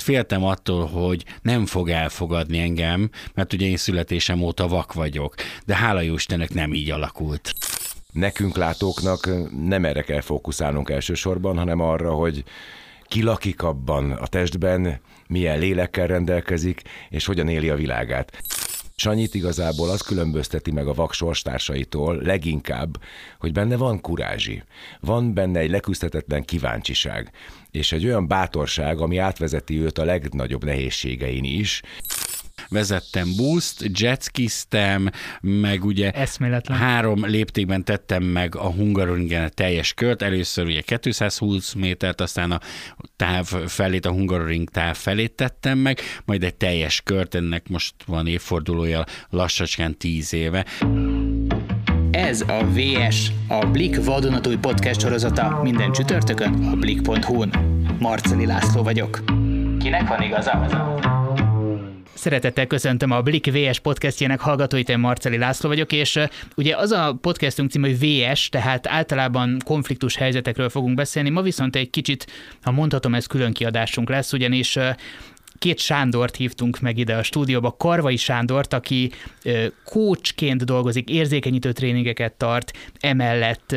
féltem attól, hogy nem fog elfogadni engem, mert ugye én születésem óta vak vagyok, de hála jó Istennek nem így alakult. Nekünk látóknak nem erre kell fókuszálnunk elsősorban, hanem arra, hogy ki lakik abban a testben, milyen lélekkel rendelkezik, és hogyan éli a világát. Sanyit igazából az különbözteti meg a vak sorstársaitól leginkább, hogy benne van kurázsi, van benne egy leküzdhetetlen kíváncsiság, és egy olyan bátorság, ami átvezeti őt a legnagyobb nehézségein is. Vezettem buszt, jetskiztem, meg ugye eszméletlen. 3 léptékben tettem meg a Hungaroringen a teljes kört, először ugye 220 métert, aztán a táv felét, a Hungaroring táv felét tettem meg, majd egy teljes kört, ennek most van évfordulója, lassacskán 10 éve. Ez a VS, a Blik vadonatúj podcast sorozata minden csütörtökön a blik.hu-n. Marceli László vagyok. Kinek van igaza? Szeretettel köszöntöm a Blik VS podcastjének hallgatóit, én Marceli László vagyok, és ugye az a podcastunk cím, hogy VS, tehát általában konfliktus helyzetekről fogunk beszélni, ma viszont egy kicsit, ha mondhatom, ez külön kiadásunk lesz, ugyanis 2 Sándort hívtunk meg ide a stúdióba, Karvai Sándort, aki coachként dolgozik, érzékenyítő tréningeket tart, emellett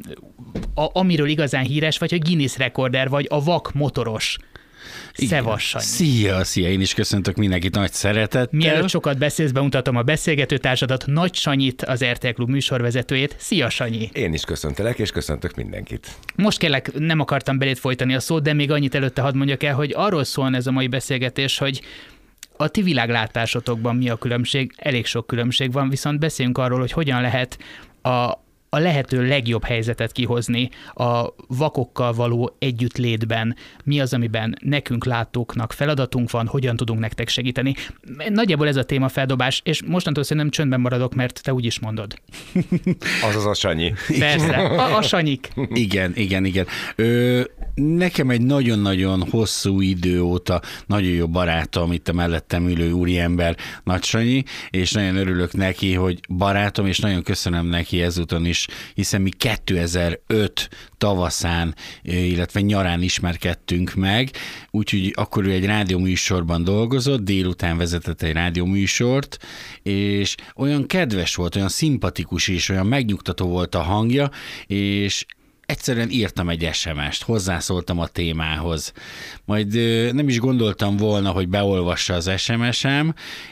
amiről igazán híres, vagy hogy Guinness rekorder, vagy a vak motoros. Szevasz, Sanyi. Szia, én is köszöntök mindenkit nagy szeretettel. Mielőtt sokat beszélsz, bemutatom a beszélgetőtársadat, Nagy Sanyit, az RTL Klub műsorvezetőjét. Szia, Sanyi! Én is köszöntelek, és köszöntök mindenkit. Most kérlek, nem akartam beléd folytani a szót, de még annyit előtte hadd mondjak el, hogy arról szól ez a mai beszélgetés, hogy a ti világlátásotokban mi a különbség, elég sok különbség van, viszont beszéljünk arról, hogy hogyan lehet a lehető legjobb helyzetet kihozni a vakokkal való együttlétben. Mi az, amiben nekünk látóknak feladatunk van, hogyan tudunk nektek segíteni. Nagyjából ez a témafeldobás, és mostantól szerintem csöndben maradok, mert te úgy is mondod. Azaz a Sanyi. Persze, a Sanyik. Igen. Nekem egy nagyon-nagyon hosszú idő óta nagyon jó barátom, itt a mellettem ülő úriember, Nagy Sanyi, és nagyon örülök neki, hogy barátom, és nagyon köszönöm neki ezúton is, hiszen mi 2005 tavaszán, illetve nyarán ismerkedtünk meg, úgyhogy akkor ő egy rádióműsorban dolgozott, délután vezetett egy rádióműsort, és olyan kedves volt, olyan szimpatikus és olyan megnyugtató volt a hangja, és egyszerűen írtam egy SMS-t, hozzászóltam a témához. Majd nem is gondoltam volna, hogy beolvassa az SMS-em,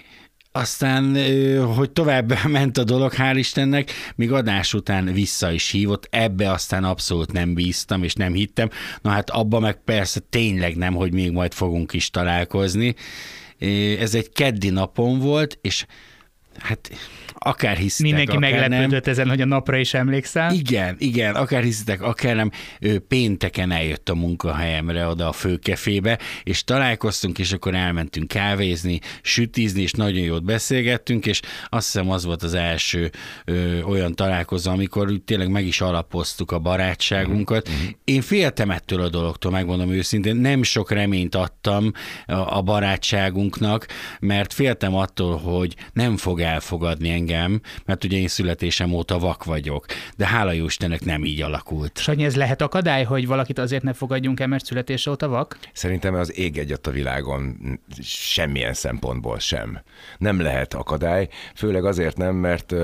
aztán, hogy tovább ment a dolog, hál' Istennek, még adás után vissza is hívott, ebbe aztán abszolút nem bíztam, és nem hittem. Na hát abba meg persze tényleg nem, hogy még majd fogunk is találkozni. Ez egy keddi napon volt, és hát akár hiszitek, mindenki akár meglepődött nem. Ezen, hogy a napra is emlékszel. Igen, akár hiszitek, akár nem, pénteken eljött a munkahelyemre oda a főkefébe, és találkoztunk, és akkor elmentünk kávézni, sütizni, és nagyon jót beszélgettünk, és azt hiszem az volt az első olyan találkozó, amikor tényleg meg is alapoztuk a barátságunkat. Én féltem ettől a dologtól, megmondom őszintén, nem sok reményt adtam a barátságunknak, mert féltem attól, hogy nem fog elfogadni engem, mert ugye én születésem óta vak vagyok, de hála jó Istennek nem így alakult. Sanyi, ez lehet akadály, hogy valakit azért ne fogadjunk el, mert születése óta vak? Szerintem az ég egyet a világon semmilyen szempontból sem. Nem lehet akadály, főleg azért nem, mert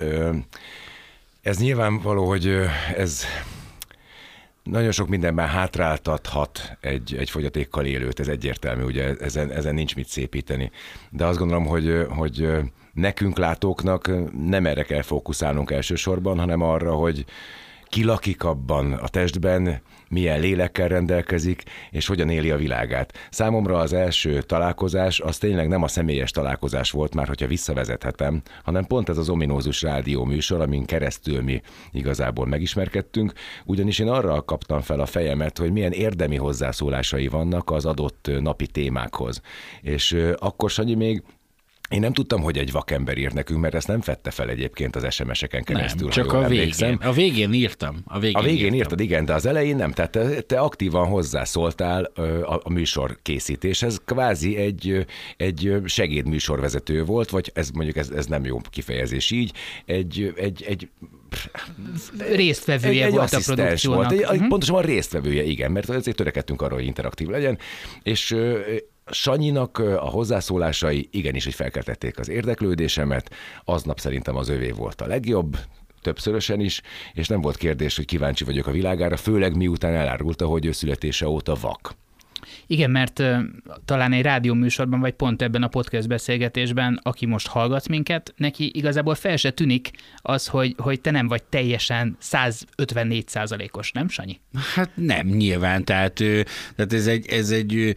ez nyilvánvaló, hogy ez nagyon sok mindenben hátráltathat egy fogyatékkal élőt, ez egyértelmű, ugye ezen nincs mit szépíteni. De azt gondolom, hogy nekünk látóknak nem erre kell fókuszálnunk elsősorban, hanem arra, hogy ki lakik abban a testben, milyen lélekkel rendelkezik, és hogyan éli a világát. Számomra az első találkozás az tényleg nem a személyes találkozás volt, már hogyha visszavezethetem, hanem pont ez az ominózus rádió műsor, amin keresztül mi igazából megismerkedtünk, ugyanis én arra kaptam fel a fejemet, hogy milyen érdemi hozzászólásai vannak az adott napi témákhoz. És akkor, Sanyi, még én nem tudtam, hogy egy vakember írt nekünk, mert ezt nem fette fel egyébként az SMS-eken keresztül. Nem, csak a végén. A végén írtam. A végén írtad, igen, de az elején nem. Tehát te aktívan hozzászóltál a műsor készítéshez. Kvázi egy segédműsorvezető volt, vagy ez mondjuk ez nem jó kifejezés így, egy résztvevője volt a produkciónak. Volt. Pontosan résztvevője, igen, mert azért törekedtünk arra, hogy interaktív legyen, és Sanyinak a hozzászólásai igenis, hogy felkeltették az érdeklődésemet, aznap szerintem az övé volt a legjobb, többszörösen is, és nem volt kérdés, hogy kíváncsi vagyok a világára, főleg miután elárulta, hogy ő születése óta vak. Igen, mert talán egy rádióműsorban, vagy pont ebben a podcast beszélgetésben, aki most hallgat minket, neki igazából fel se tűnik az, hogy te nem vagy teljesen 154%-os, nem, Sanyi? Hát nem, nyilván, tehát ez egy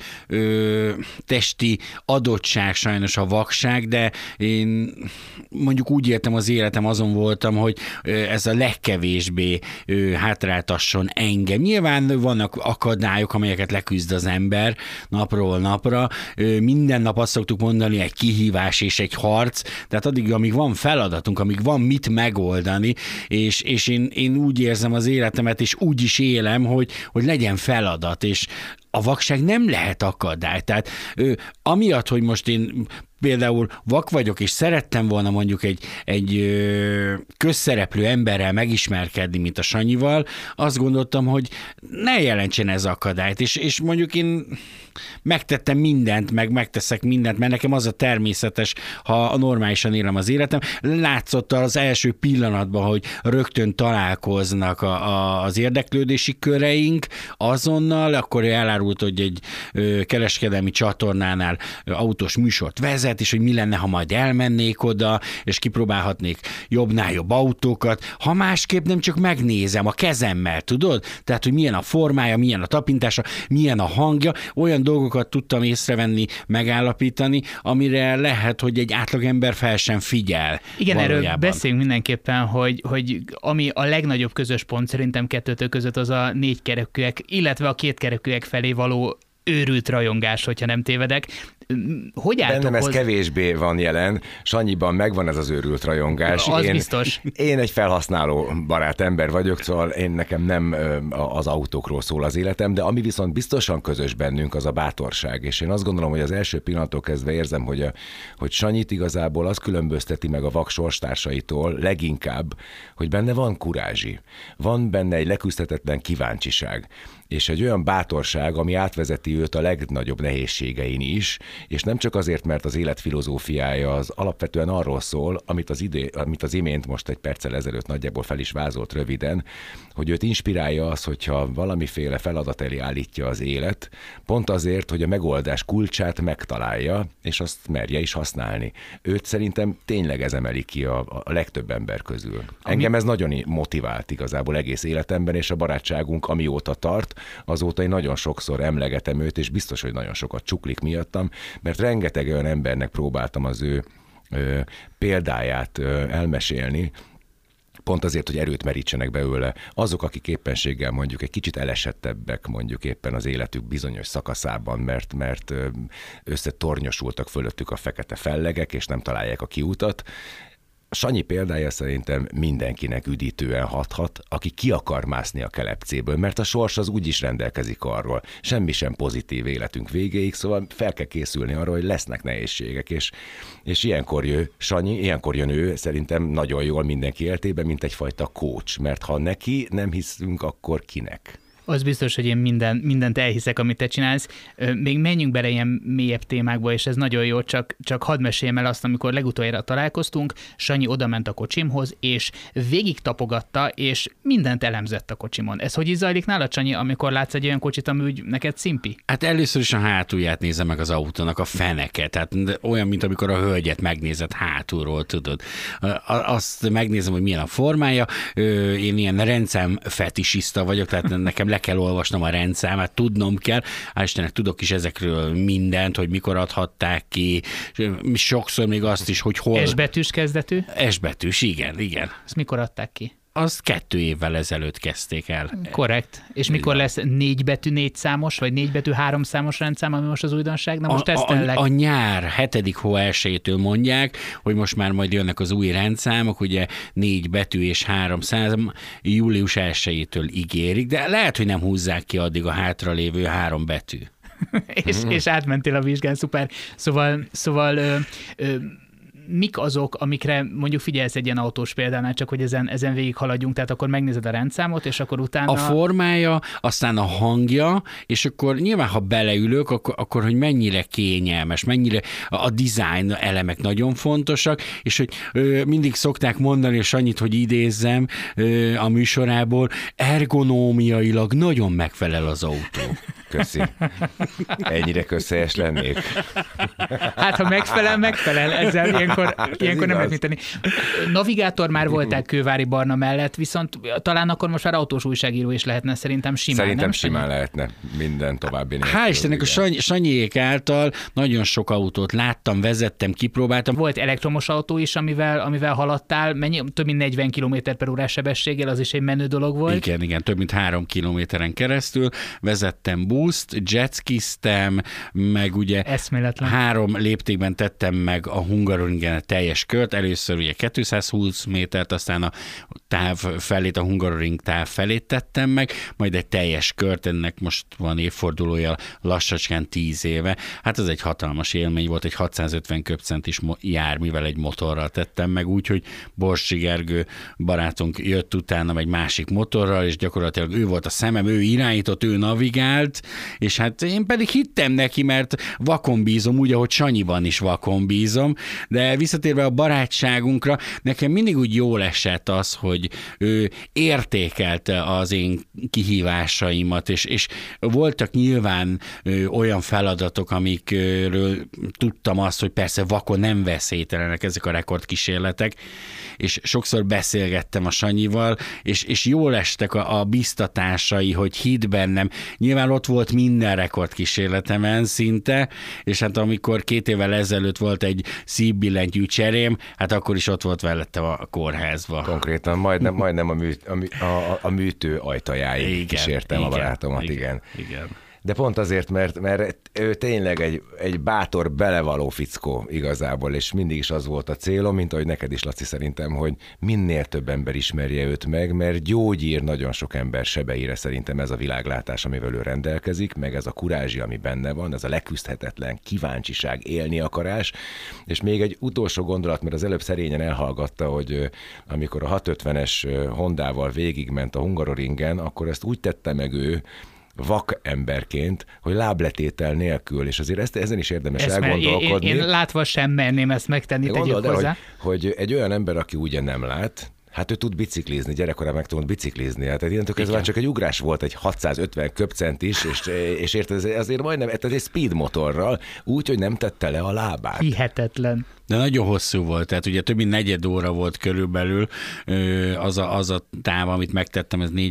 testi adottság sajnos a vakság, de én mondjuk úgy éltem az életem, azon voltam, hogy ez a legkevésbé hátráltasson engem. Nyilván vannak akadályok, amelyeket leküzd az ember napról napra. Minden nap azt szoktuk mondani, egy kihívás és egy harc, tehát addig, amíg van feladatunk, amíg van mit megoldani, és én úgy érzem az életemet, és úgy is élem, hogy legyen feladat, és a vakság nem lehet akadály. Tehát amiatt, hogy most én például vak vagyok, és szerettem volna mondjuk egy közszereplő emberrel megismerkedni, mint a Sanyival, azt gondoltam, hogy ne jelentsen ez akadályt, és mondjuk én megtettem mindent, megteszek mindent, mert nekem az a természetes, ha normálisan élem az életem. Látszott az első pillanatban, hogy rögtön találkoznak az érdeklődési köreink azonnal, akkor elárult, hogy egy kereskedelmi csatornánál autós műsort vezet, és hogy mi lenne, ha majd elmennék oda, és kipróbálhatnék jobbnál jobb autókat. Ha másképp nem csak megnézem a kezemmel, tudod? Tehát, hogy milyen a formája, milyen a tapintása, milyen a hangja, olyan dolgokat tudtam észrevenni, megállapítani, amire lehet, hogy egy átlagember fel sem figyel. Igen, valójában. Erről beszélünk mindenképpen, hogy ami a legnagyobb közös pont szerintem kettőtök között az a négykerekűek, illetve a kétkerekűek felé való őrült rajongás, hogyha nem tévedek. Hogy álltok Bennem ez kevésbé van jelen, Sanyiban megvan ez az őrült rajongás. Az biztos. Én egy felhasználó barát ember vagyok, szóval nekem nem az autókról szól az életem, de ami viszont biztosan közös bennünk, az a bátorság. És én azt gondolom, hogy az első pillanattól kezdve érzem, hogy Sanyit igazából az különbözteti meg a vak sorstársaitól leginkább, hogy benne van kurázsi. Van benne egy leküzdhetetlen kíváncsiság. És egy olyan bátorság, ami átvezeti őt a legnagyobb nehézségein is, és nem csak azért, mert az élet filozófiája az alapvetően arról szól, amit az imént most egy perccel ezelőtt nagyjából fel is vázolt röviden, hogy őt inspirálja az, hogyha valamiféle feladat elé állítja az élet, pont azért, hogy a megoldás kulcsát megtalálja, és azt merje is használni. Őt szerintem tényleg ez emeli ki a legtöbb ember közül. Engem ez nagyon motivált igazából egész életemben, és a barátságunk, amióta tart, azóta én nagyon sokszor emlegetem őt, és biztos, hogy nagyon sokat csuklik miattam, mert rengeteg olyan embernek próbáltam az ő példáját elmesélni, pont azért, hogy erőt merítsenek belőle azok, akik éppenséggel mondjuk egy kicsit elesettebbek mondjuk éppen az életük bizonyos szakaszában, mert összetornyosultak fölöttük a fekete fellegek, és nem találják a kiutat. Sanyi példája szerintem mindenkinek üdítően hathat, aki ki akar mászni a kelepcéből, mert a sors az úgy is rendelkezik arról. Semmi sem pozitív életünk végéig, szóval fel kell készülni arra, hogy lesznek nehézségek, és ilyenkor jön Sanyi, ilyenkor jön ő szerintem nagyon jól mindenki életében, mint egyfajta coach, mert ha neki nem hiszünk, akkor kinek? Az biztos, hogy én mindent elhiszek, amit te csinálsz. Még menjünk bele ilyen mélyebb témákba, és ez nagyon jó, csak hadd meséljem el azt, amikor legutoljára találkoztunk, Sanyi odament a kocsimhoz, és végig tapogatta, és mindent elemzett a kocsimon. Ez hogy is zajlik nálad, Sanyi, amikor látsz egy olyan kocsit, ami úgy neked szimpi? Hát először is a hátulját nézem meg az autónak, a feneket, tehát olyan, mint amikor a hölgyet megnézed hátulról, tudod. Azt megnézem, hogy milyen a formája. Én ilyen rendszám fetisista vagyok, tehát nekem le kell olvasnom a rendszámát, tudnom kell. Hál' Istennek tudok is ezekről mindent, hogy mikor adhatták ki, sokszor még azt is, hogy hol. S-betűs kezdetű? S-betűs, igen. Ezt mikor adták ki? Azt 2 évvel ezelőtt kezdték el. Korrekt. És mikor lesz 4 betű 4 számos, vagy 4 betű 3 számos rendszám, ami most az újdonság? Na most tesztelek. A nyár 7. hó 1-től mondják, hogy most már majd jönnek az új rendszámok, ugye 4 betű és 3 szám, július 1-től ígérik, de lehet, hogy nem húzzák ki addig a hátralévő 3 betű. és átmentél a vizsgán, szuper. Szóval mik azok, amikre mondjuk figyelsz egy ilyen autós példánál, csak hogy ezen végig haladjunk, tehát akkor megnézed a rendszámot, és akkor utána... A formája, aztán a hangja, és akkor nyilván, ha beleülök, akkor hogy mennyire kényelmes, mennyire a design elemek nagyon fontosak, és hogy mindig szokták mondani, és annyit, hogy idézzem a műsorából, ergonómiailag nagyon megfelel az autó. Köszi. Ennyire közhelyes lennék. Hát, ha megfelel, ezzel ilyenkor nem lehet mit tenni. Navigátor már voltál Kővári Barna mellett, viszont talán akkor most már autós újságíró is lehetne szerintem simán. Szerintem simán lehetne minden további nélkül. Hál' Istennek a Sanyiék által nagyon sok autót láttam, vezettem, kipróbáltam. Volt elektromos autó is, amivel haladtál, több mint 40 km/h sebességgel, az is egy menő dolog volt. Igen, több mint 3 kilométeren keresztül vezettem buszt, jetskiztem, meg ugye eszméletlen. 3 léptékben tettem meg a Hungaroringen a teljes kört, először ugye 220 métert, aztán a táv felét, a Hungaroring táv felét tettem meg, majd egy teljes kört, ennek most van évfordulója, lassacskán 10 éve. Hát ez egy hatalmas élmény volt, egy 650 köbcentis járművel egy motorral tettem meg, úgyhogy Borsi Gergő barátunk jött utána egy másik motorral, és gyakorlatilag ő volt a szemem, ő irányított, ő navigált, és hát én pedig hittem neki, mert vakon bízom, úgy, ahogy Sanyiban is vakon bízom, de visszatérve a barátságunkra, nekem mindig úgy jól esett az, hogy ő értékelte az én kihívásaimat, és voltak nyilván olyan feladatok, amikről tudtam azt, hogy persze vakon nem veszélytelenek ezek a rekordkísérletek, és sokszor beszélgettem a Sanyival, és jól estek a biztatásai, hogy hidd bennem. Nyilván ott volt minden rekordkísérletemen szinte, és hát amikor 2 évvel ezelőtt volt egy szívbillentyű cserém, hát akkor is ott volt velem a kórházba. Konkrétan majdnem a műtő ajtajáig kísértem a barátomat, igen. De pont azért, mert ő tényleg egy bátor, belevaló fickó igazából, és mindig is az volt a célom, mint ahogy neked is, Laci, szerintem, hogy minél több ember ismerje őt meg, mert gyógyír nagyon sok ember sebeire szerintem ez a világlátás, amivel ő rendelkezik, meg ez a kurázsi, ami benne van, ez a leküzdhetetlen kíváncsiság, élni akarás, és még egy utolsó gondolat, mert az előbb szerényen elhallgatta, hogy amikor a 650-es Hondával végigment a Hungaroringen, akkor ezt úgy tette meg ő, vak emberként, hogy lábletétel nélkül, és azért ezen is érdemes elgondolkodni. Én látva sem merném ezt megtenni, tegyük hozzá. Hogy egy olyan ember, aki ugye nem lát, hát ő tud biciklizni, gyerekkorában meg tudott biciklizni. Hát innentől kezdve már csak egy ugrás volt, egy 650 köbcent is, és érted, azért majdnem egy speed motorral, úgy, hogy nem tette le a lábát. Hihetetlen. De nagyon hosszú volt, tehát ugye több mint 4 óra volt körülbelül az a táv, amit megtettem, ez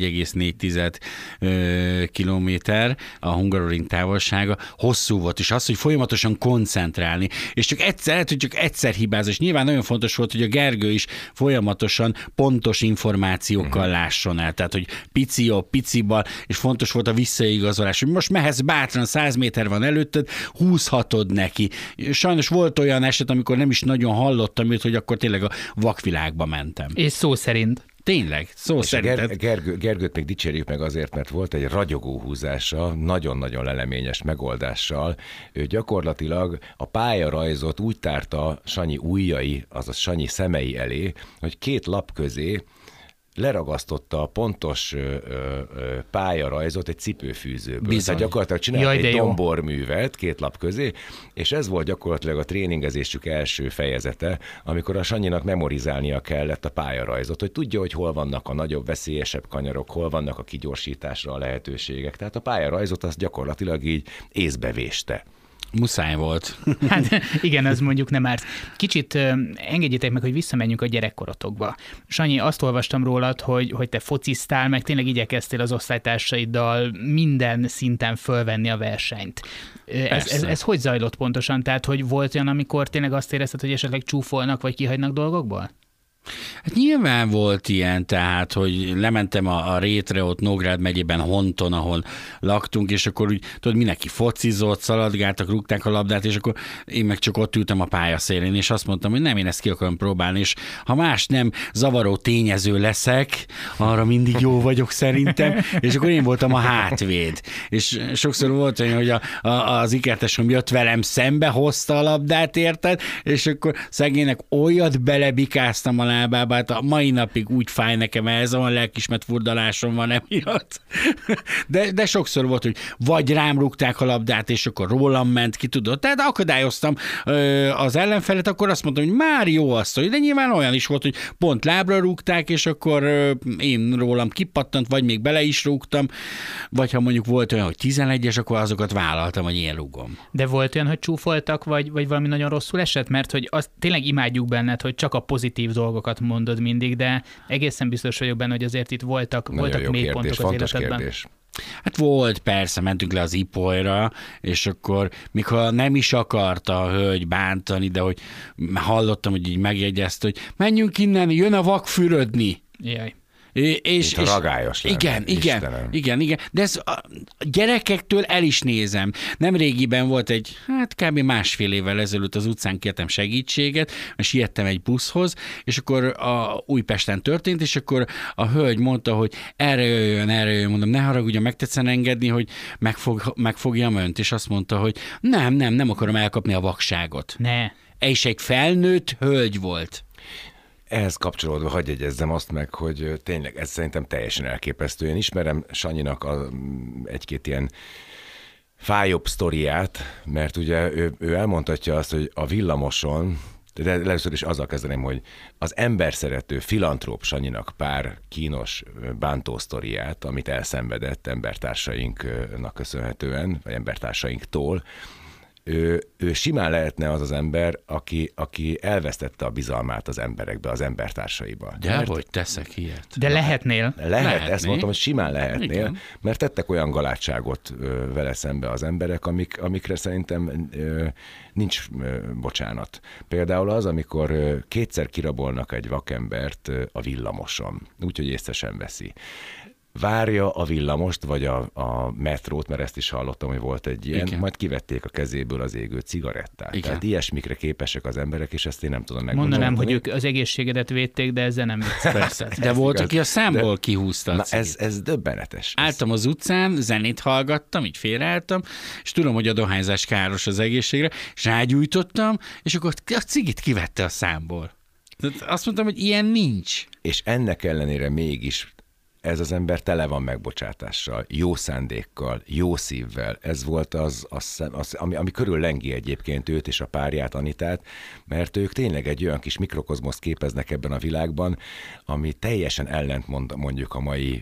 4,4 kilométer, a Hungaroring távolsága. Hosszú volt, és az, hogy folyamatosan koncentrálni, és csak egyszer hibáz, és nyilván nagyon fontos volt, hogy a Gergő is folyamatosan pontos információkkal lásson el, tehát hogy pici jobb, pici bal, és fontos volt a visszaigazolás, hogy most mehetsz bátran, 100 méter van előtted, húzhatod neki. Sajnos volt olyan eset, amikor nem is nagyon hallottam őt, hogy akkor tényleg a vakvilágba mentem. És szó szerint. Tényleg, szó szerint. Gergőt még dicsérjük meg azért, mert volt egy ragyogó húzása, nagyon-nagyon leleményes megoldással. Ő gyakorlatilag a pályarajzot úgy tárta Sanyi ujjai, azaz Sanyi szemei elé, hogy 2 lap közé leragasztotta a pontos pályarajzot egy cipőfűzőből. Tehát gyakorlatilag csinált egy domborművet 2 lap közé, és ez volt gyakorlatilag a tréningezésük első fejezete, amikor a Sanyinak memorizálnia kellett a pályarajzot, hogy tudja, hogy hol vannak a nagyobb, veszélyesebb kanyarok, hol vannak a kigyorsításra a lehetőségek. Tehát a pályarajzot azt gyakorlatilag így észbe véste. Muszáj volt. Hát igen, ez mondjuk nem árt. Kicsit engedjétek meg, hogy visszamenjünk a gyerekkorotokba. Sanyi, azt olvastam rólad, hogy te fociztál, meg tényleg igyekeztél az osztálytársaiddal minden szinten fölvenni a versenyt. Ez hogy zajlott pontosan? Tehát, hogy volt olyan, amikor tényleg azt érezted, hogy esetleg csúfolnak, vagy kihagynak dolgokból? Hát nyilván volt ilyen, tehát, hogy lementem a rétre ott Nógrád megyében Honton, ahol laktunk, és akkor úgy, tudod, mindenki focizott, szaladgáltak, rúgták a labdát, és akkor én meg csak ott ültem a pályaszélén, és azt mondtam, hogy nem, én ezt ki akarom próbálni, és ha más nem zavaró tényező leszek, arra mindig jó vagyok szerintem, és akkor én voltam a hátvéd. És sokszor volt olyan, hogy az ikertesem jött velem szembe, hozta a labdát, érted, és akkor szegénynek olyat belebikáztam a lábába, hát a mai napig úgy fáj nekem, ez a lelkismert furdalásom van emiatt. De sokszor volt, hogy vagy rám rúgták a labdát, és akkor rólam ment ki, tudod. Tehát akadályoztam az ellenfelet, akkor azt mondtam, hogy már jó azt, de nyilván olyan is volt, hogy pont lábra rúgták, és akkor én rólam kipattant, vagy még bele is rúgtam, vagy ha mondjuk volt olyan, hogy 11-es, akkor azokat vállaltam, hogy én rúgom. De volt olyan, hogy csúfoltak, vagy valami nagyon rosszul esett? Mert hogy azt tényleg imádjuk benned, hogy csak a pozitív dolgokat mondod mindig, de egészen biztos vagyok benne, hogy azért itt voltak mélypontok az életedben. Kérdés. Hát volt, persze, mentünk le az Ipolyra, és akkor, mikor nem is akarta a hölgy bántani, de hogy hallottam, hogy így megjegyezte, hogy menjünk innen, jön a vak fürödni. Jaj. És ragályos lenne. Igen. De ez a gyerekektől el is nézem. Nem régiben volt hát kb. Másfél évvel ezelőtt az utcán kértem segítséget, és siettem egy buszhoz, és akkor a Újpesten történt, és akkor a hölgy mondta, hogy erre jöjjön, mondom, ne haragudjon, meg tetszen engedni, hogy megfogjam önt, és azt mondta, hogy nem akarom elkapni a vakságot. Ne. És egy felnőtt hölgy volt. Ehhez kapcsolódva hadd jegyezzem azt meg, hogy tényleg ez szerintem teljesen elképesztő. Én ismerem Sanyinak egy-két ilyen fájobb sztoriát, mert ugye ő elmondhatja azt, hogy a villamoson, de először is azzal kezdeném, hogy az emberszerető, filantróp Sanyinak pár kínos bántó sztoriát, amit elszenvedett embertársainknak köszönhetően, vagy embertársainktól, ő simán lehetne az az ember, aki elvesztette a bizalmát az emberekbe, az embertársaiba. De hogy teszek ilyet? De lehetnél. Lehetnél. Ezt mondtam, hogy simán lehetnél, igen. Mert tettek olyan galátságot vele szembe az emberek, amikre szerintem nincs bocsánat. Például az, amikor kétszer kirabolnak egy vakembert a villamoson, úgyhogy észre sem veszi. Várja a villamost, vagy a metrót, mert ezt is hallottam, hogy volt egy ilyen, igen. Majd kivették a kezéből az égő cigarettát. Igen. Tehát ilyesmikre képesek az emberek, és ezt én nem tudom megmondani. Mondanám, hogy ők az egészségedet védték, de ezzel nem viccelsz. De volt, aki a számból kihúzta a cigit. Ez döbbenetes. Álltam az utcán, zenét hallgattam, így félreálltam, és tudom, hogy a dohányzás káros az egészségre, és rágyújtottam, és akkor a cigit kivette a számból. Tehát azt mondtam, hogy ilyen nincs. És ennek ellenére mégis ez az ember tele van megbocsátással, jó szándékkal, jó szívvel. Ez volt ami körül lengi egyébként őt és a párját, Anitát, mert ők tényleg egy olyan kis mikrokozmoszt képeznek ebben a világban, ami teljesen ellentmond mondjuk a mai,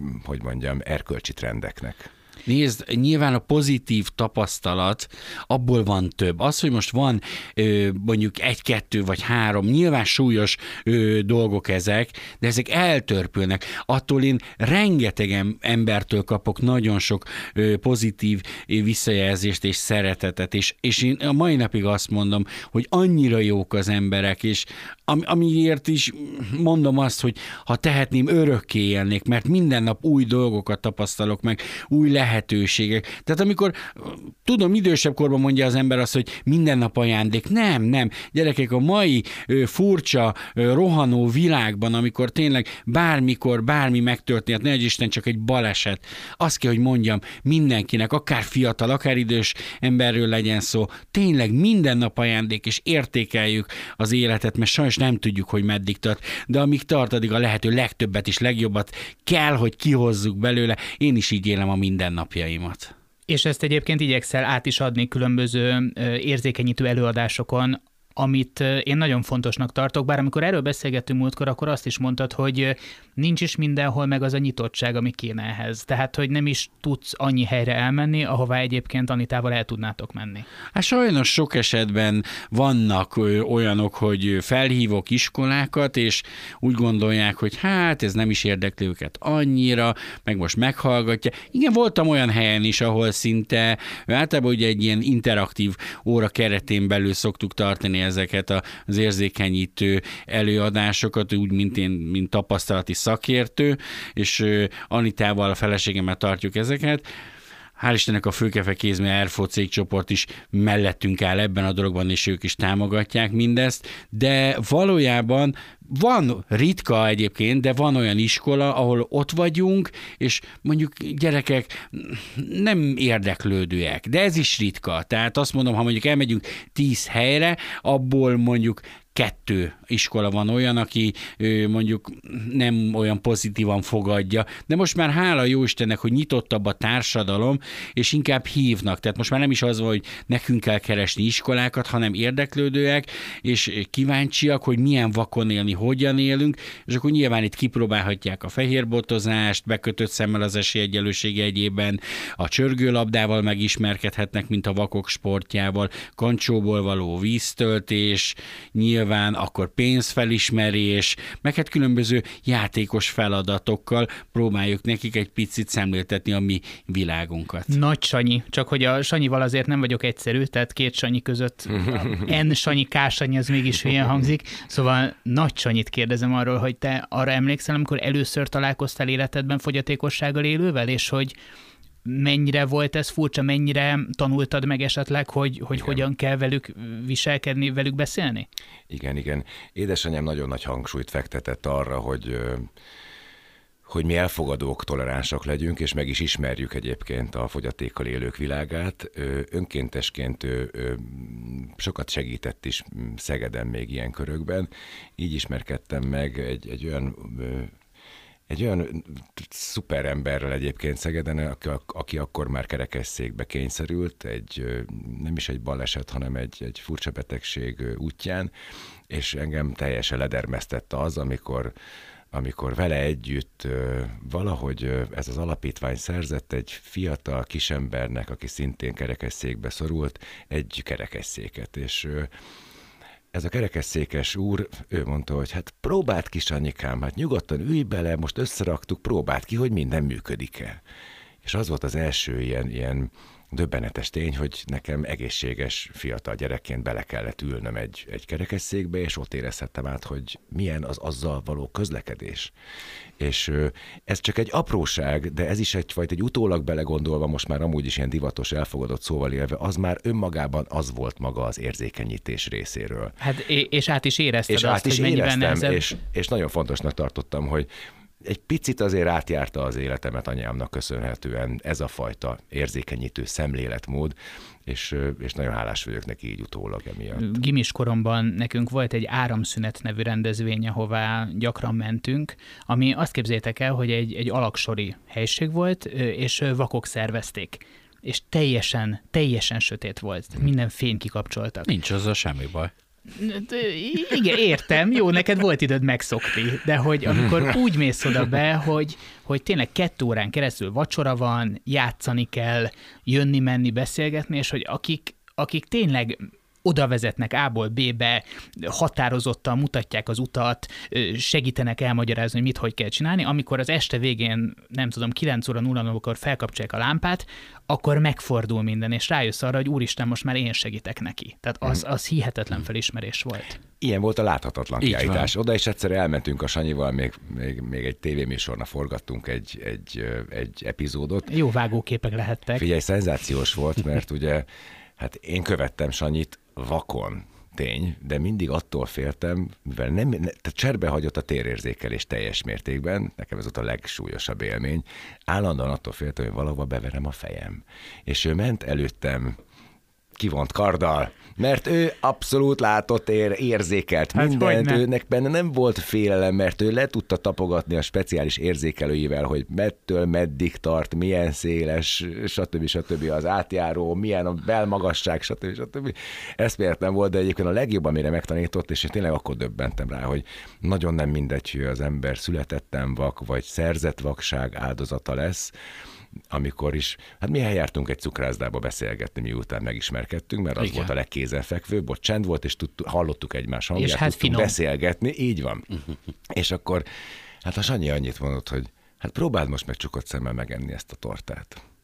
erkölcsi trendeknek. Nézd, nyilván a pozitív tapasztalat, abból van több. Az, hogy most van mondjuk 1, 2 vagy 3, nyilván súlyos dolgok ezek, de ezek eltörpülnek. Attól én rengeteg embertől kapok nagyon sok pozitív visszajelzést és szeretetet, és én a mai napig azt mondom, hogy annyira jók az emberek, és amiért is mondom azt, hogy ha tehetném, örökké élnék, mert minden nap új dolgokat tapasztalok meg, új lehetőségek. Tehát amikor, tudom, idősebb korban mondja az ember azt, hogy minden nap ajándék. Nem. Gyerekek, a mai furcsa, rohanó világban, amikor tényleg bármikor, bármi megtörténhet, ne Isten, csak egy baleset. Azt kell, hogy mondjam mindenkinek, akár fiatal, akár idős emberről legyen szó, tényleg minden nap ajándék, és értékeljük az életet, mert sajnos nem tudjuk, hogy meddig tart, de amíg tart, addig a lehető legtöbbet és legjobbat kell, hogy kihozzuk belőle. Én is így élem a mindennapjaimat. És ezt egyébként igyekszel át is adni különböző érzékenyítő előadásokon, amit én nagyon fontosnak tartok, bár amikor erről beszélgettünk múltkor, akkor azt is mondtad, hogy nincs is mindenhol meg az a nyitottság, ami kéne ehhez. Tehát, hogy nem is tudsz annyi helyre elmenni, ahová egyébként Anitával el tudnátok menni. Hát sajnos sok esetben vannak olyanok, hogy felhívok iskolákat, és úgy gondolják, hogy hát ez nem is érdekli őket annyira, meg most meghallgatja. Igen, voltam olyan helyen is, ahol szinte általában ugye egy ilyen interaktív óra keretén belül szoktuk tartani ezeket az érzékenyítő előadásokat, úgy, mint én, mint tapasztalati szakértő, és Anitával, a feleségemmel tartjuk ezeket. Hál' Istennek a Főkefe Kézmű Airfo cégcsoport is mellettünk áll ebben a dologban, és ők is támogatják mindezt, de valójában van ritka egyébként, de van olyan iskola, ahol ott vagyunk, és mondjuk gyerekek nem érdeklődőek, de ez is ritka. Tehát azt mondom, ha mondjuk elmegyünk 10 helyre, abból mondjuk 2 iskola van olyan, aki mondjuk nem olyan pozitívan fogadja, de most már hála jó Istennek, hogy nyitottabb a társadalom, és inkább hívnak. Tehát most már nem is az van, hogy nekünk kell keresni iskolákat, hanem érdeklődőek, és kíváncsiak, hogy milyen vakon élni, hogyan élünk, és akkor nyilván itt kipróbálhatják a fehérbotozást, bekötött szemmel az esélyegyenlőség jegyében, a csörgőlabdával megismerkedhetnek, mint a vakok sportjával, kancsóból való víztöltés, nyilván akkor pénzfelismerés, meg hát különböző játékos feladatokkal próbáljuk nekik egy picit szemléltetni a mi világunkat. Nagy Sanyi, csak hogy a Sanyival azért nem vagyok egyszerű, tehát 2 Sanyi között N Sanyi, K Sanyi, az mégis hülyen hangzik. Szóval Nagy Sanyit kérdezem arról, hogy te arra emlékszel, amikor először találkoztál életedben fogyatékossággal élővel, és hogy mennyire volt ez furcsa, mennyire tanultad meg esetleg, hogy hogyan kell velük viselkedni, velük beszélni? Igen. Édesanyám nagyon nagy hangsúlyt fektetett arra, hogy mi elfogadók, toleránsak legyünk, és meg is ismerjük egyébként a fogyatékkal élők világát. Önkéntesként sokat segített is Szegeden még ilyen körökben. Így ismerkedtem meg egy olyan szuper emberrel egyébként Szegeden, aki akkor már kerekesszékbe kényszerült, nem is egy baleset, hanem egy furcsa betegség útján, és engem teljesen ledermesztette az, amikor vele együtt valahogy ez az alapítvány szerzett egy fiatal kisembernek, aki szintén kerekesszékbe szorult, egy kerekesszéket, és ez a kerekesszékes úr, ő mondta, hogy hát próbáld ki, Sanyikám, hát nyugodtan ülj bele, most összeraktuk, próbáld ki, hogy minden működik-e. És az volt az első ilyen döbbenetes tény, hogy nekem egészséges fiatal gyerekként bele kellett ülnöm egy kerekesszékbe, és ott érezhettem át, hogy milyen az azzal való közlekedés. És ez csak egy apróság, de ez is egy utólag belegondolva, most már amúgy is ilyen divatos, elfogadott szóval élve, az már önmagában az volt maga az érzékenyítés részéről. Hát és át is érezted és azt, át is hogy mennyivel éreztem, nehezebb. és nagyon fontosnak tartottam, hogy egy picit azért átjárta az életemet anyámnak köszönhetően ez a fajta érzékenyítő szemléletmód, és nagyon hálás vagyok neki így utólag emiatt. Gimis koromban nekünk volt egy Áramszünet nevű rendezvény, ahová gyakran mentünk, ami azt képzeljétek el, hogy egy alaksori helység volt, és vakok szervezték. És teljesen sötét volt. Minden fény kikapcsoltak. Nincs azzal semmi baj. Igen, értem, jó, neked volt időd megszokni, de hogy amikor úgy mész oda be, hogy tényleg 2 órán keresztül vacsora van, játszani kell, jönni-menni, beszélgetni, és hogy akik tényleg oda vezetnek A-ból B-be, határozottan mutatják az utat, segítenek elmagyarázni, hogy hogy kell csinálni. Amikor az este végén, nem tudom, 9 óra 00-kor felkapcsolják a lámpát, akkor megfordul minden, és rájössz arra, hogy úristen, most már én segítek neki. Tehát az hihetetlen felismerés volt. Ilyen volt a láthatatlan kiállítás. Oda is egyszer elmentünk a Sanyival, még egy tévéműsorna forgattunk egy epizódot. Jó vágóképek lehettek. Figyelj, szenzációs volt, mert ugye hát én követtem Sanyit vakon, tény, de mindig attól féltem, mivel tehát cserbe hagyott a térérzékelés teljes mértékben, nekem ez volt a legsúlyosabb élmény, állandóan attól féltem, hogy valahova beverem a fejem. És ő ment előttem kivont karddal, mert ő abszolút látott, érzékelt mindent, őnek benne nem volt félelem, mert ő le tudta tapogatni a speciális érzékelőivel, hogy mettől meddig tart, milyen széles, stb. Az átjáró, milyen a belmagasság, stb. Eszméletlen volt, de egyébként a legjobb, amire megtanított, és én tényleg akkor döbbentem rá, hogy nagyon nem mindegy, hogy az ember születettem vak, vagy szerzett vakság áldozata lesz, amikor is, hát mi eljártunk egy cukrászdába beszélgetni, miután megismerkedtünk, mert az volt a legkézenfekvőbb, ott csend volt, és hallottuk egymás hangját, és hát tudtunk beszélgetni, így van. És akkor, hát a Sanyi annyit mondott, hogy hát próbáld most meg csukott szemmel megenni ezt a tortát.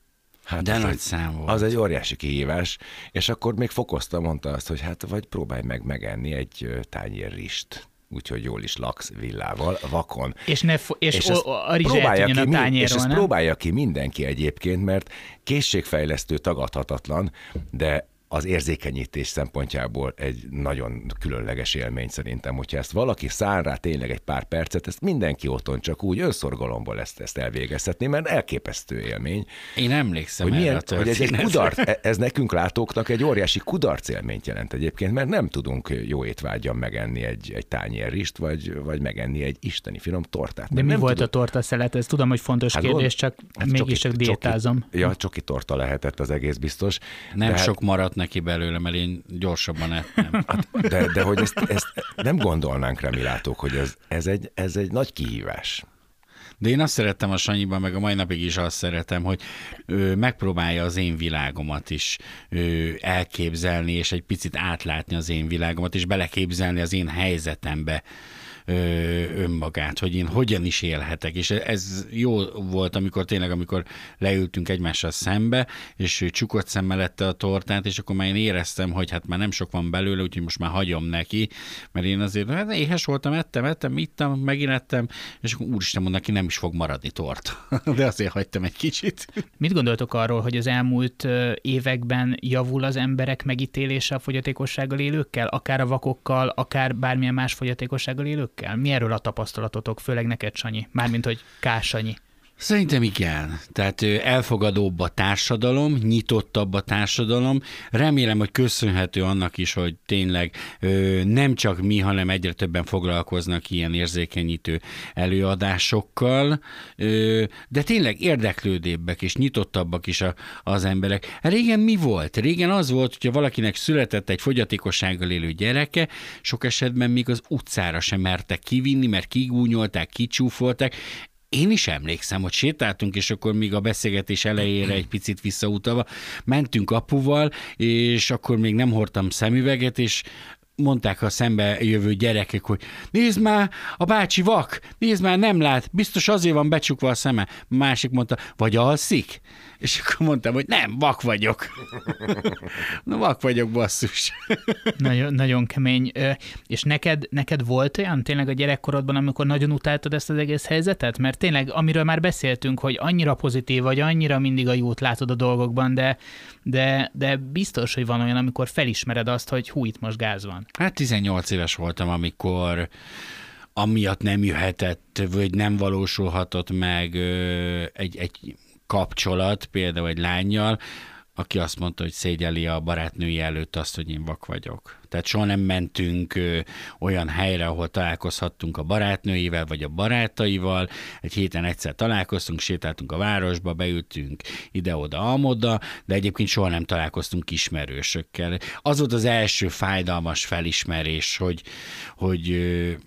Hát de nagy szám volt. Az egy óriási kihívás, és akkor még fokozta, mondta azt, hogy hát vagy próbálj meg megenni egy tányér rist, úgyhogy jól is laksz villával, vakon. És a rizs eltűnjön a tányéron, és ezt nem? próbálja ki mindenki egyébként, mert készségfejlesztő, tagadhatatlan, de az érzékenyítés szempontjából egy nagyon különleges élmény szerintem, hogyha ezt valaki szán rá tényleg egy pár percet, ezt mindenki otthon csak úgy önszorgalomból ezt elvégezhetné, mert elképesztő élmény. Én emlékszem hogy, erre hogy ez egy kudarc, ez nekünk látóknak egy óriási kudarc élményt jelent egyébként, mert nem tudunk jó étvágyan megenni egy tányér rist, vagy megenni egy isteni finom tortát. De mi nem volt tudunk... a tortaszelet? Ez tudom, hogy fontos kérdés, csak mégis csak diétázom. Csoki torta lehetett az egész biztos. Nem sok maradt neki belőle, mert én gyorsabban ettem. De hogy ezt nem gondolnánk rá, mi látók, hogy ez egy nagy kihívás. De én azt szerettem a Sanyiban, meg a mai napig is azt szeretem, hogy megpróbálja az én világomat is elképzelni, és egy picit átlátni az én világomat, és beleképzelni az én helyzetembe önmagát, hogy én hogyan is élhetek. És ez jó volt, amikor leültünk egymással szembe, és ő csukott szemmel ette a tortát, és akkor már én éreztem, hogy hát már nem sok van belőle, úgyhogy most már hagyom neki, mert én azért éhes voltam, ittam, megint ettem, és akkor úristen, mondom, neki nem is fog maradni torta. De azért hagytam egy kicsit. Mit gondoltok arról, hogy az elmúlt években javul az emberek megítélése a fogyatékossággal élőkkel, akár a vakokkal, akár bármilyen más fogyatékossággal élőkkel? Mi erről a tapasztalatotok, főleg neked, Sanyi? Mármint, hogy Sanyi. Szerintem igen. Tehát elfogadóbb a társadalom, nyitottabb a társadalom. Remélem, hogy köszönhető annak is, hogy tényleg nem csak mi, hanem egyre többen foglalkoznak ilyen érzékenyítő előadásokkal, de tényleg érdeklődőbbek és nyitottabbak is az emberek. Régen mi volt? Régen az volt, hogyha valakinek született egy fogyatékossággal élő gyereke, sok esetben még az utcára sem mertek kivinni, mert kigúnyolták, kicsúfolták. Én is emlékszem, hogy sétáltunk, és akkor még a beszélgetés elejére egy picit visszautalva, mentünk apuval, és akkor még nem hordtam szemüveget, és mondták a szembe jövő gyerekek, hogy nézd már, a bácsi vak, nézd már, nem lát, biztos azért van becsukva a szeme. Másik mondta, vagy alszik? És akkor mondtam, hogy nem, vak vagyok. Na, vak vagyok, basszus. Nagyon, nagyon kemény. És neked volt olyan tényleg a gyerekkorodban, amikor nagyon utáltad ezt az egész helyzetet? Mert tényleg, amiről már beszéltünk, hogy annyira pozitív vagy, annyira mindig a jót látod a dolgokban, de biztos, hogy van olyan, amikor felismered azt, hogy hú, itt most gáz van. Hát 18 éves voltam, amikor amiatt nem jöhetett, vagy nem valósulhatott meg egy kapcsolat, például egy lánnyal, aki azt mondta, hogy szégyeli a barátnői előtt azt, hogy én vak vagyok. Tehát soha nem mentünk olyan helyre, ahol találkozhattunk a barátnőivel, vagy a barátaival. Egy héten egyszer találkoztunk, sétáltunk a városba, beültünk ide-oda, amoda, de egyébként soha nem találkoztunk ismerősökkel. Az volt az első fájdalmas felismerés, hogy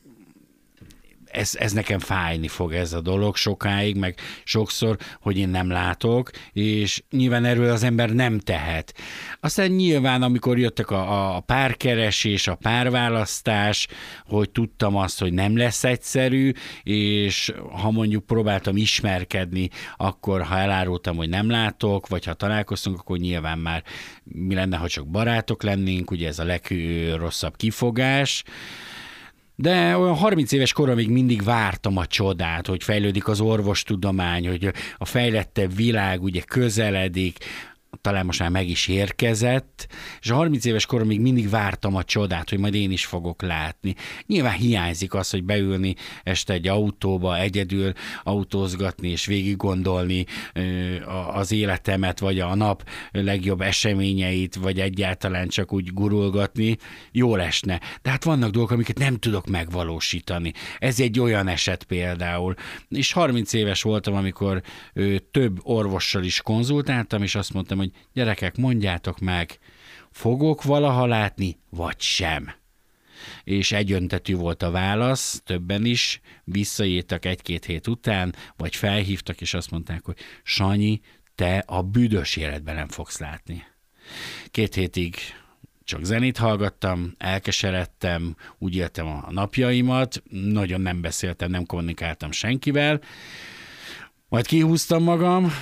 ez nekem fájni fog ez a dolog sokáig, meg sokszor, hogy én nem látok, és nyilván erről az ember nem tehet. Aztán nyilván, amikor jöttek a párkeresés, a párválasztás, hogy tudtam azt, hogy nem lesz egyszerű, és ha mondjuk próbáltam ismerkedni, akkor ha elárultam, hogy nem látok, vagy ha találkoztunk, akkor nyilván már mi lenne, ha csak barátok lennénk, ugye ez a legrosszabb kifogás. De olyan 30 éves koromig mindig vártam a csodát, hogy fejlődik az orvostudomány, hogy a fejlettebb világ ugye közeledik, talán most már meg is érkezett, és a 30 éves koromig mindig vártam a csodát, hogy majd én is fogok látni. Nyilván hiányzik az, hogy beülni este egy autóba, egyedül autózgatni, és végig gondolni az életemet, vagy a nap legjobb eseményeit, vagy egyáltalán csak úgy gurulgatni. Jól esne. De hát vannak dolgok, amiket nem tudok megvalósítani. Ez egy olyan eset például. És 30 éves voltam, amikor több orvossal is konzultáltam, és azt mondtam, hogy gyerekek, mondjátok meg, fogok valaha látni, vagy sem. És egyöntetű volt a válasz, többen is visszaírtak 1-2 hét után, vagy felhívtak, és azt mondták, hogy Sanyi, te a büdös életben nem fogsz látni. 2 hétig csak zenét hallgattam, elkeseredtem, úgy éltem a napjaimat, nagyon nem beszéltem, nem kommunikáltam senkivel, majd kihúztam magam,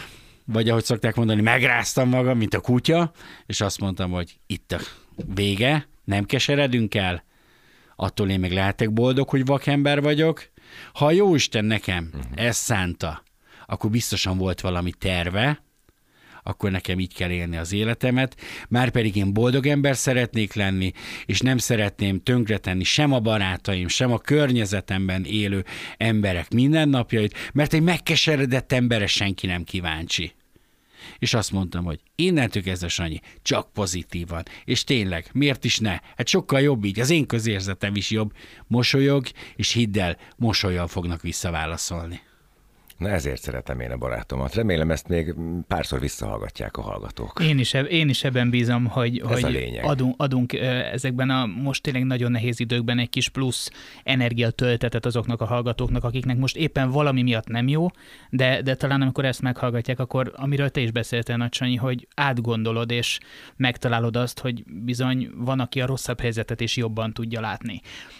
vagy ahogy szokták mondani, megráztam magam, mint a kutya, és azt mondtam, hogy itt a vége, nem keseredünk el, attól én meg lehetek boldog, hogy vakember vagyok. Ha a Jóisten nekem ezt szánta, akkor biztosan volt valami terve, akkor nekem így kell élni az életemet, márpedig én boldog ember szeretnék lenni, és nem szeretném tönkretenni sem a barátaim, sem a környezetemben élő emberek mindennapjait, mert egy megkeseredett emberre senki nem kíváncsi. És azt mondtam, hogy innentől kezdve, Sanyi, csak pozitívan. És tényleg, miért is ne? Hát sokkal jobb így, az én közérzetem is jobb. Mosolyog, és hidd el, mosollyal fognak visszaválaszolni. Na ezért szeretem én a barátomat. Remélem ezt még párszor visszahallgatják a hallgatók. Én is ebben bízom, hogy adunk ezekben a most tényleg nagyon nehéz időkben egy kis plusz energiatöltetet azoknak a hallgatóknak, akiknek most éppen valami miatt nem jó, de talán amikor ezt meghallgatják, akkor amiről te is beszéltél, Nagy Sanyi, hogy átgondolod és megtalálod azt, hogy bizony van, aki a rosszabb helyzetet is jobban tudja látni.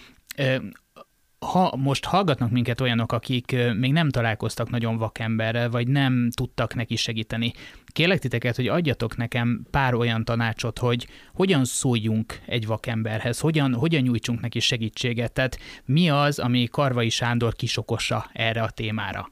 Ha most hallgatnak minket olyanok, akik még nem találkoztak nagyon vakemberrel, vagy nem tudtak neki segíteni, kérlek titeket, hogy adjatok nekem pár olyan tanácsot, hogy hogyan szóljunk egy vakemberhez, hogyan nyújtsunk neki segítséget, tehát mi az, ami Karvai Sándor kisokosa erre a témára?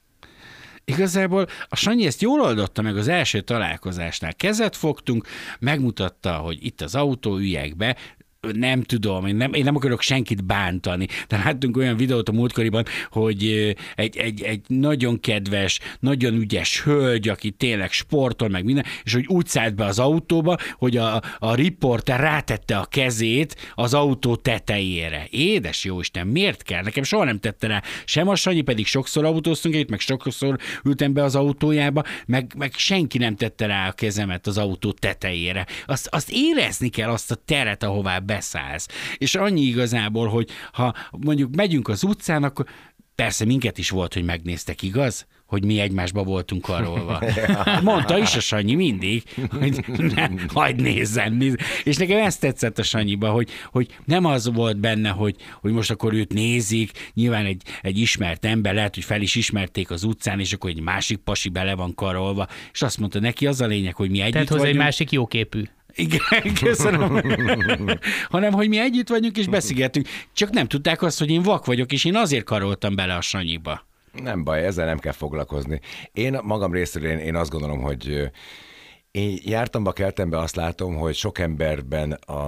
Igazából a Sanyi ezt jól oldotta meg az első találkozásnál. Kezet fogtunk, megmutatta, hogy itt az autó, üljek be, nem tudom, én nem akarok senkit bántani, de láttunk olyan videót a múltkoriban, hogy egy nagyon kedves, nagyon ügyes hölgy, aki tényleg sportol, meg minden, és hogy úgy szállt be az autóba, hogy a riporter rátette a kezét az autó tetejére. Édes jóisten, miért kell? Nekem soha nem tette rá. Sem a Sanyi, pedig sokszor autóztunk itt, meg sokszor ültem be az autójába, meg senki nem tette rá a kezemet az autó tetejére. Azt érezni kell, azt a teret, ahová beszállsz. És annyi igazából, hogy ha mondjuk megyünk az utcán, akkor persze minket is volt, hogy megnéztek, igaz? Hogy mi egymásba voltunk karolva. Mondta is a Sanyi mindig, hogy hagyd nézzen. És nekem ezt tetszett a Sanyiba, hogy nem az volt benne, hogy most akkor őt nézik, nyilván egy ismert ember, lehet, hogy fel is ismerték az utcán, és akkor egy másik pasi bele van karolva, és azt mondta neki, az a lényeg, hogy mi együtt vagyunk. Tehát hozzá egy másik jóképű. Igen, köszönöm. Hanem, hogy mi együtt vagyunk és beszélgetünk. Csak nem tudták azt, hogy én vak vagyok, és én azért karoltam bele a Sanyiba. Nem baj, ezzel nem kell foglalkozni. Én magam részéről én azt gondolom, hogy én jártam keltembe, azt látom, hogy sok emberben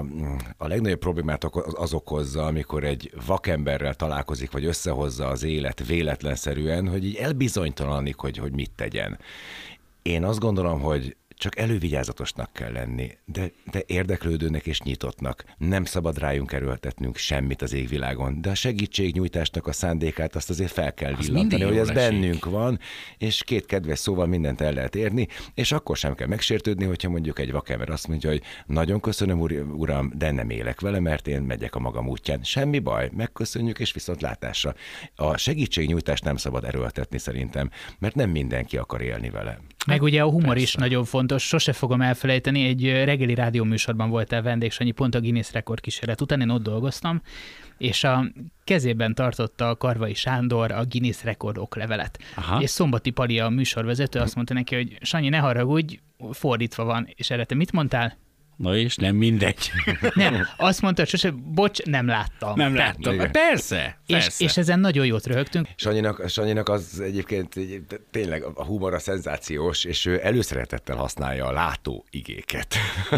a legnagyobb problémát az okozza, amikor egy vakemberrel találkozik, vagy összehozza az élet véletlenszerűen, hogy így elbizonytalanodik, hogy mit tegyen. Én azt gondolom, hogy csak elővigyázatosnak kell lenni, de érdeklődőnek és nyitottnak. Nem szabad rájunk erőltetnünk semmit az égvilágon, de a segítségnyújtásnak a szándékát azt azért fel kell villantani, hogy ez bennünk van, és két kedves szóval mindent el lehet érni, és akkor sem kell megsértődni, hogyha mondjuk egy vakember azt mondja, hogy nagyon köszönöm, uram, de nem élek vele, mert én megyek a magam útján. Semmi baj, megköszönjük, és viszontlátásra. A segítségnyújtást nem szabad erőltetni szerintem, mert nem mindenki akar élni vele. Meg ugye a humor is nagyon fontos, sose fogom elfelejteni, egy reggeli rádióműsorban voltál vendég, Sanyi, pont a Guinness rekord kísérlet után, én ott dolgoztam, és a kezében tartotta a Karvai Sándor a Guinness rekord oklevelet. Aha. És Szombati Pali, a műsorvezető, azt mondta neki, hogy Sanyi, ne haragudj, fordítva van. És erre te mit mondtál? Na és nem mindegy. Nem, azt mondta, hogy sose, bocs, nem láttam. Nem láttam. Persze. És ezen nagyon jót röhögtünk. Sanyinak az egyébként tényleg a humor a szenzációs, és ő előszeretettel használja a látó igéket.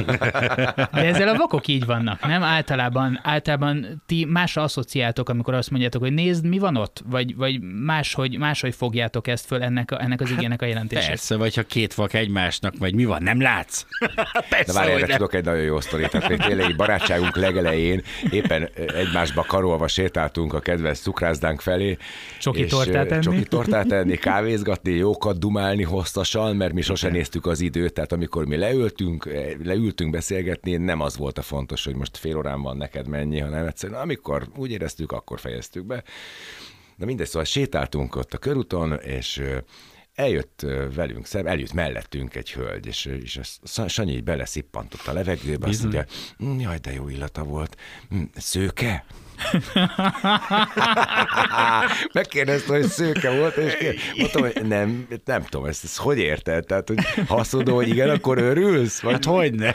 De ezzel a vakok így vannak, nem? Általában ti másra asszociáltok, amikor azt mondjátok, hogy nézd, mi van ott? Vagy máshogy fogjátok ezt föl ennek az igének a jelentését. Persze, vagy ha két vak egymásnak, vagy mi van, nem látsz? Persze, de várj, tudok egy nagyon jó sztorit. Tehát még tényleg baráttságunk legelején éppen egymásba karolva sétáltunk a kedves cukrászdánk felé. Csoki tortát enni, kávézgatni, jókat dumálni hosszasan, mert mi sose néztük az időt, tehát amikor mi leültünk beszélgetni, nem az volt a fontos, hogy most fél órán van, neked mennyi, hanem egyszerűen amikor úgy éreztük, akkor fejeztük be. De mindegy, szóval sétáltunk ott a körúton, és eljött eljött mellettünk egy hölgy, és Sanyi így beleszippantott a levegőbe, azt mondja, jaj, de jó illata volt. Szőke? Megkérdezte, hogy szőke volt, és mondtam, hogy nem tudom, ezt hogy érted? Tehát, hogy ha azt mondom, hogy igen, akkor örülsz? Vagy... Hát hogyne?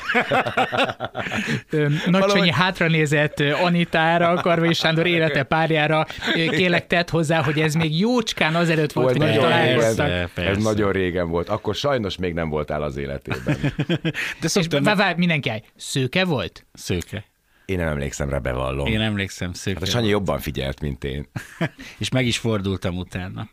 Nagy Sanyi hátranézett Anitára, Karvai Sándor élete párjára. Kérlek, tedd hozzá, hogy ez még jócskán azelőtt volt, hogy nagyon találkoztak. ez nagyon régen volt. Akkor sajnos még nem voltál az életében. De szoktam... Várj, mindenki állj. Szőke volt? Szőke. Én nem emlékszem rá, bevallom. Én emlékszem, szőke. Hát a Sanyi jobban figyelt, mint én. És meg is fordultam utána.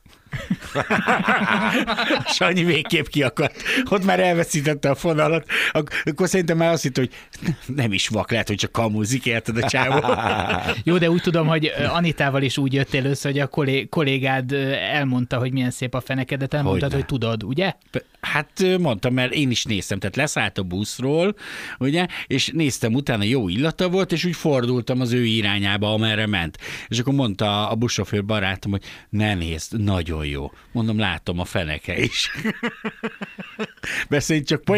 Sanyi végképp kiakadt. Ott már elveszítette a fonalat. Akkor szerintem már azt hitt, hogy nem is vak, lehet, hogy csak kamuzik, érted a csávó. Jó, de úgy tudom, hogy Anitával is úgy jöttél össze, hogy a kollégád elmondta, hogy milyen szép a fenekedet, elmondtad, hogy tudod, ugye? Hát mondtam, mert én is néztem, tehát leszállt a buszról, ugye, és néztem utána, jó illata volt, és úgy fordultam az ő irányába, amerre ment. És akkor mondta a buszsofőr barátom, hogy ne nézd, nagyon jó. Mondom, látom a feneke is. Persze én csak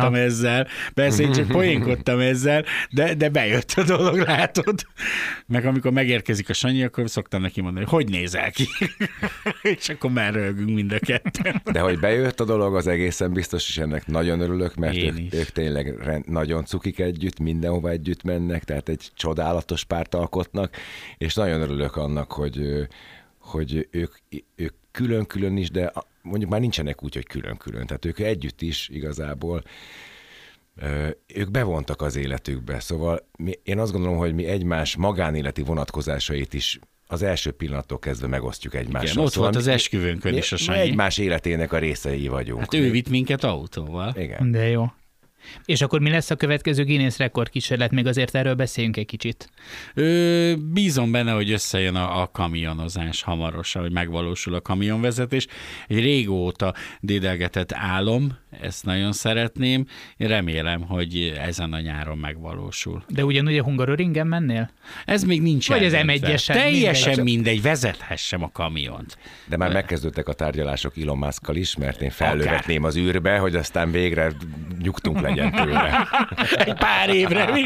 poénkodtam ezzel, de bejött a dolog, látod? Meg amikor megérkezik a Sanyi, akkor szoktam neki mondani, hogy nézel ki? És akkor már röhögünk mind a ketten. De hogy bejött a dolog, az egészen biztos, és ennek nagyon örülök, mert ők tényleg nagyon cukik együtt, mindenhova együtt mennek, tehát egy csodálatos párt alkotnak, és nagyon örülök annak, hogy ők külön-külön is, de mondjuk már nincsenek úgy, hogy külön-külön, tehát ők együtt is igazából, ők bevontak az életükbe, szóval én azt gondolom, hogy mi egymás magánéleti vonatkozásait is az első pillanattól kezdve megosztjuk egymással. Igen, ott volt az esküvőnkön is a Sanyi. Mi egymás életének a részei vagyunk. Hát ő vitt minket autóval. Igen. De jó. És akkor mi lesz a következő Guinness rekord kísérlet? Még azért erről beszéljünk egy kicsit. Bízom benne, hogy összejön a kamionozás hamarosan, hogy megvalósul a kamionvezetés. Egy régóta dédelgetett álom, ezt nagyon szeretném. Én remélem, hogy ezen a nyáron megvalósul. De ugyanúgy a Hungaroringen mennél? Ez még nincs vagy az eldöntve. M1-esen. Teljesen mindegy, vezethessem a kamiont. De már megkezdődtek a tárgyalások Elon Muskkal is, mert én fellövetném az űrbe, hogy aztán végre nyugtunk legyen tőle. Egy pár évre, mi?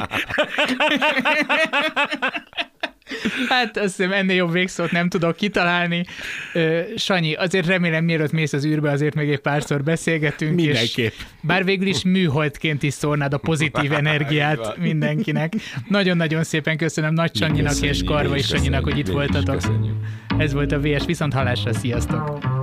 Hát azt hiszem, ennél jobb végszót nem tudok kitalálni. Sanyi, azért remélem, mielőtt mész az űrbe, azért még egy párszor beszélgetünk. Mindenképp. Bár végül is műholdként is szórnád a pozitív energiát mindenkinek. Nagyon-nagyon szépen köszönöm Nagy Sanyinak és Karvai Sanyinak, hogy itt voltatok. Köszönjük. Ez volt a VS, viszont hallásra, sziasztok!